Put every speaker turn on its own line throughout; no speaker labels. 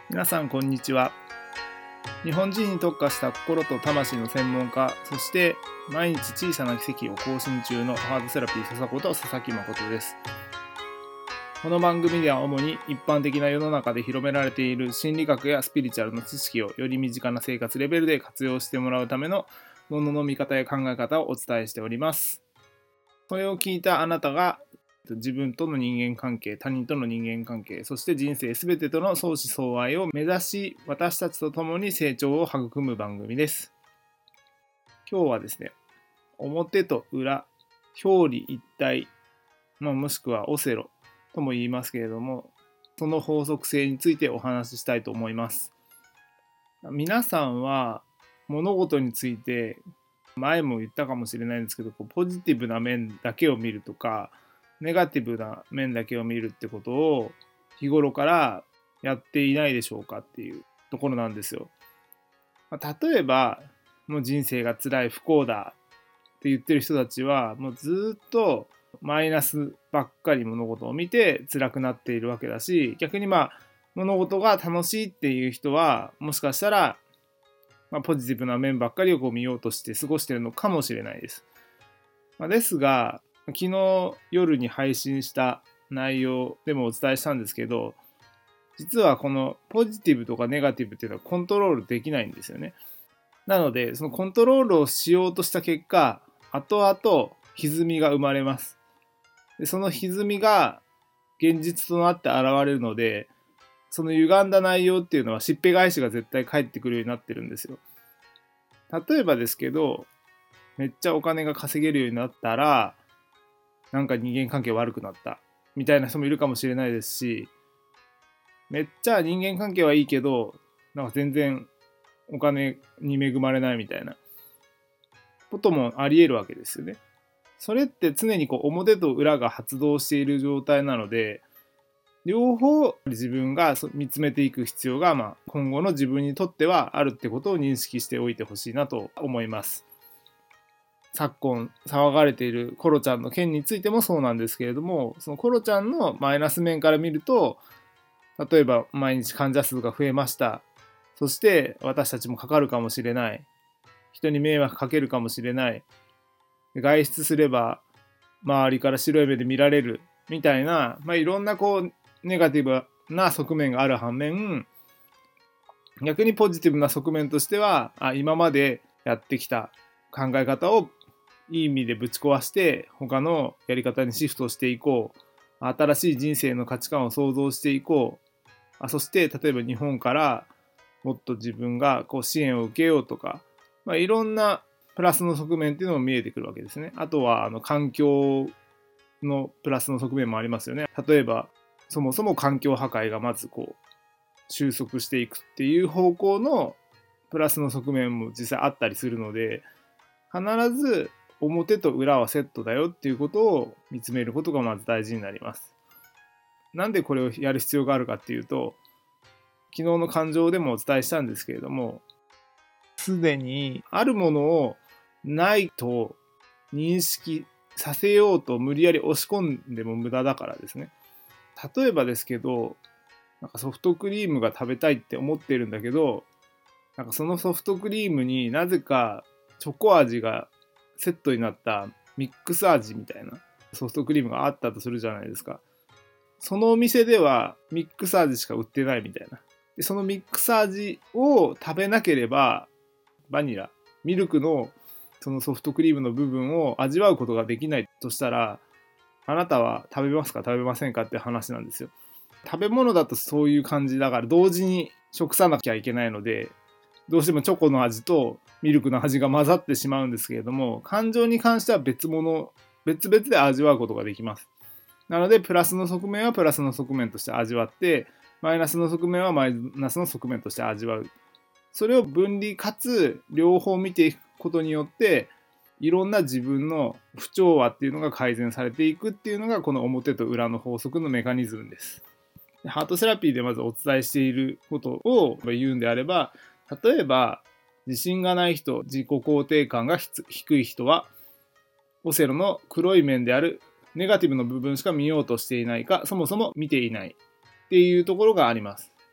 皆さんこんにちは。日本人に特化した心と魂の専門家、そして毎日小さな奇跡を更新中のハードセラピー笹子と佐々木誠です。この番組では主に一般的な世の中で広められている心理学やスピリチュアルの知識をより身近な生活レベルで活用してもらうためのものの見方や考え方をお伝えしております。それを聞いたあなたが自分との人間関係、他人との人間関係、そして人生すべてとの相思相愛を目指し、私たちと共に成長を育む番組です。今日はですね、表と裏、表裏一体、もしくはオセロとも言いますけれども、その法則性についてお話ししたいと思います。皆さんは物事について、前も言ったかもしれないんですけど、ポジティブな面だけを見るとか、ネガティブな面だけを見るってことを日頃からやっていないでしょうかっていうところなんですよ。例えば、もう人生が辛い不幸だって言ってる人たちは、もうずっとマイナスばっかり物事を見て辛くなっているわけだし、逆に物事が楽しいっていう人は、もしかしたら、ポジティブな面ばっかりを見ようとして過ごしているのかもしれないです。ですが、昨日夜に配信した内容でもお伝えしたんですけど、実はこのポジティブとかネガティブっていうのはコントロールできないんですよね。なので、そのコントロールをしようとした結果、後々歪みが生まれます。でその歪みが現実となって現れるので、その歪んだ内容っていうのはしっぺ返しが絶対返ってくるようになってるんですよ。例えばですけど、めっちゃお金が稼げるようになったら、なんか人間関係悪くなったみたいな人もいるかもしれないですし、めっちゃ人間関係はいいけど、なんか全然お金に恵まれないみたいなこともあり得るわけですよね。それって常に表と裏が発動している状態なので、両方自分が見つめていく必要が、今後の自分にとってはあるってことを認識しておいてほしいなと思います。昨今騒がれているコロちゃんの件についてもそうなんですけれども、そのコロちゃんのマイナス面から見ると、例えば毎日患者数が増えました。そして私たちもかかるかもしれない。人に迷惑かけるかもしれない。外出すれば周りから白い目で見られるみたいな、いろんなネガティブな側面がある反面、逆にポジティブな側面としては、今までやってきた考え方をいい意味でぶち壊して他のやり方にシフトしていこう。新しい人生の価値観を創造していこう。そして例えば日本からもっと自分が支援を受けようとか、いろんなプラスの側面っていうのも見えてくるわけですね。あとは環境のプラスの側面もありますよね。例えばそもそも環境破壊がまず収束していくっていう方向のプラスの側面も実際あったりするので、必ず表と裏はセットだよっていうことを見つめることがまず大事になります。なんでこれをやる必要があるかっていうと、昨日の感情でもお伝えしたんですけれども、すでにあるものをないと認識させようと無理やり押し込んでも無駄だからですね。例えばですけど、なんかソフトクリームが食べたいって思ってるんだけど、なんかそのソフトクリームになぜかチョコ味がセットになったミックス味みたいなソフトクリームがあったとするじゃないですか。そのお店ではミックス味しか売ってないみたいな。でそのミックス味を食べなければバニラ、ミルクのそのソフトクリームの部分を味わうことができないとしたら、あなたは食べますか食べませんかって話なんですよ。食べ物だとそういう感じだから同時に食さなきゃいけないので、どうしてもチョコの味とミルクの味が混ざってしまうんですけれども、感情に関しては別々で味わうことができます。なのでプラスの側面はプラスの側面として味わって、マイナスの側面はマイナスの側面として味わう。それを分離かつ両方見ていくことによって、いろんな自分の不調和っていうのが改善されていくっていうのがこの表と裏の法則のメカニズムです。ハートセラピーでまずお伝えしていることを言うんであれば、例えば自信がない人、自己肯定感が低い人はオセロの黒い面であるネガティブの部分しか見ようとしていないか、そもそも見ていないっていうところがあります。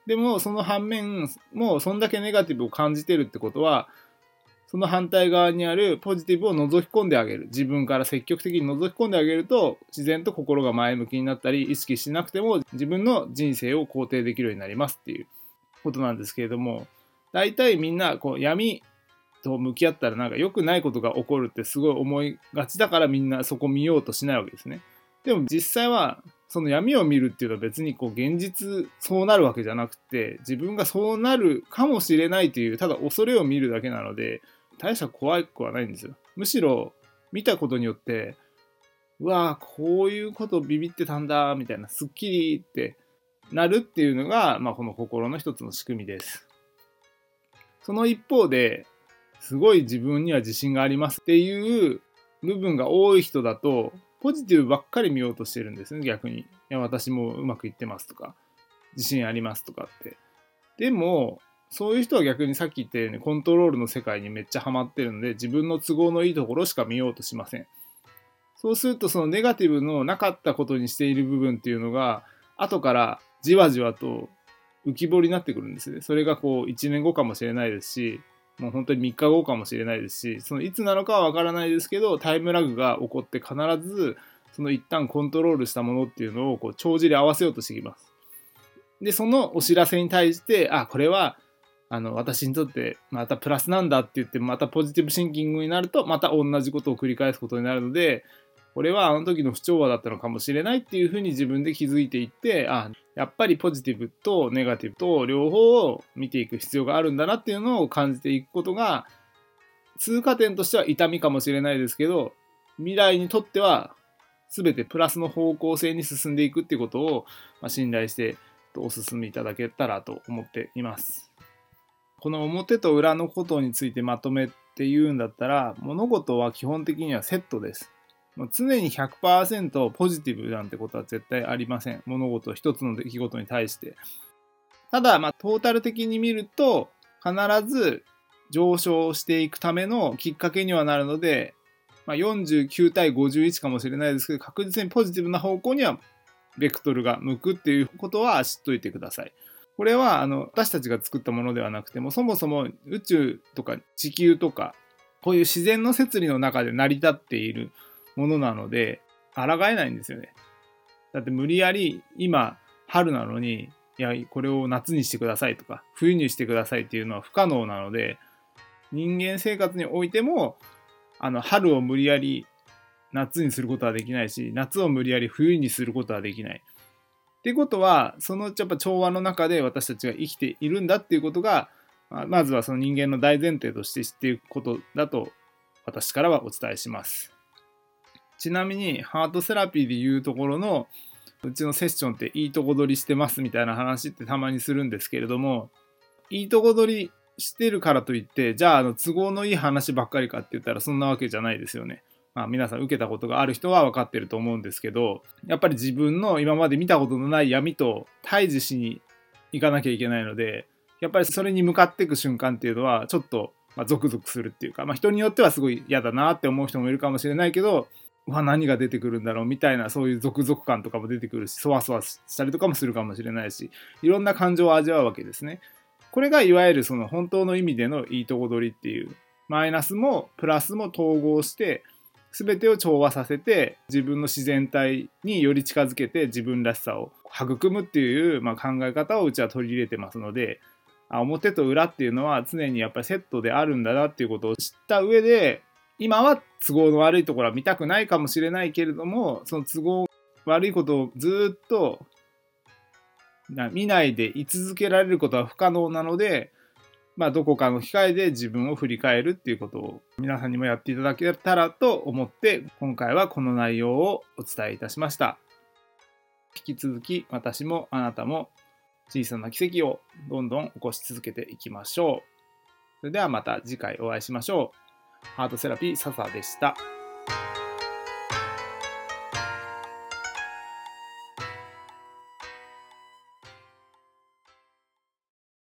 でもその反面、もうそんだけネガティブを感じてるってことは、その反対側にあるポジティブを覗き込んであげる。自分から積極的に覗き込んであげると、自然と心が前向きになったり、意識しなくても自分の人生を肯定できるようになりますっていうことなんですけれども、大体みんなこう闇と向き合ったらなんか良くないことが起こるってすごい思いがちだから、みんなそこ見ようとしないわけですね。でも実際はその闇を見るっていうのは別にこう現実そうなるわけじゃなくて、自分がそうなるかもしれないというただ恐れを見るだけなので、大した怖くはないんですよ。むしろ見たことによって、うわぁ、こういうことビビってたんだみたいな、すっきりってなるっていうのが、この心の一つの仕組みです。その一方で、すごい自分には自信がありますっていう部分が多い人だと、ポジティブばっかり見ようとしてるんですね、逆に。いや、私もうまくいってますとか、自信ありますとかって。でも、そういう人は逆にさっき言ったようにコントロールの世界にめっちゃハマってるので、自分の都合のいいところしか見ようとしません。そうするとそのネガティブのなかったことにしている部分っていうのが、後からじわじわと浮き彫りになってくるんですね。それがこう1年後かもしれないですし、もう本当に3日後かもしれないですし、そのいつなのかはわからないですけど、タイムラグが起こって必ずその一旦コントロールしたものっていうのをこう帳尻合わせようとしてきます。で、そのお知らせに対して、これは私にとってまたプラスなんだって言ってまたポジティブシンキングになるとまた同じことを繰り返すことになるので、これはあの時の不調和だったのかもしれないっていうふうに自分で気づいていって、やっぱりポジティブとネガティブと両方を見ていく必要があるんだなっていうのを感じていくことが、通過点としては痛みかもしれないですけど、未来にとっては全てプラスの方向性に進んでいくっていうことを信頼してお勧めいただけたらと思っています。この表と裏のことについてまとめて言うんだったら、物事は基本的にはセットです。もう常に 100% ポジティブなんてことは絶対ありません。物事一つの出来事に対して。ただ、トータル的に見ると、必ず上昇していくためのきっかけにはなるので、49対51かもしれないですけど、確実にポジティブな方向にはベクトルが向くっていうことは知っといてください。これは私たちが作ったものではなくても、そもそも宇宙とか地球とかこういう自然の摂理の中で成り立っているものなので、抗えないんですよね。だって無理やり今春なのに、いやこれを夏にしてくださいとか冬にしてくださいっていうのは不可能なので、人間生活においても春を無理やり夏にすることはできないし、夏を無理やり冬にすることはできない。っていうことは、そのやっぱ調和の中で私たちが生きているんだっていうことが、まずはその人間の大前提として知っていくことだと私からはお伝えします。ちなみにハートセラピーでいうところのうちのセッションっていいとこ取りしてますみたいな話ってたまにするんですけれども、いいとこ取りしてるからといってじゃあ都合のいい話ばっかりかって言ったらそんなわけじゃないですよね。皆さん受けたことがある人は分かってると思うんですけど、やっぱり自分の今まで見たことのない闇と対峙しに行かなきゃいけないので、やっぱりそれに向かっていく瞬間っていうのはちょっとゾクゾクするっていうか、人によってはすごい嫌だなって思う人もいるかもしれないけど、何が出てくるんだろうみたいな、そういうゾクゾク感とかも出てくるし、そわそわしたりとかもするかもしれないし、いろんな感情を味わうわけですね。これがいわゆるその本当の意味でのいいとこ取りっていう、マイナスもプラスも統合して全てを調和させて自分の自然体により近づけて自分らしさを育むっていう、考え方をうちは取り入れてますので、表と裏っていうのは常にやっぱりセットであるんだなっていうことを知った上で、今は都合の悪いところは見たくないかもしれないけれども、その都合悪いことをずっと見ないで居続けられることは不可能なので、どこかの機会で自分を振り返るっていうことを皆さんにもやっていただけたらと思って、今回はこの内容をお伝えいたしました。引き続き私もあなたも小さな奇跡をどんどん起こし続けていきましょう。それではまた次回お会いしましょう。ハートセラピー笹でした。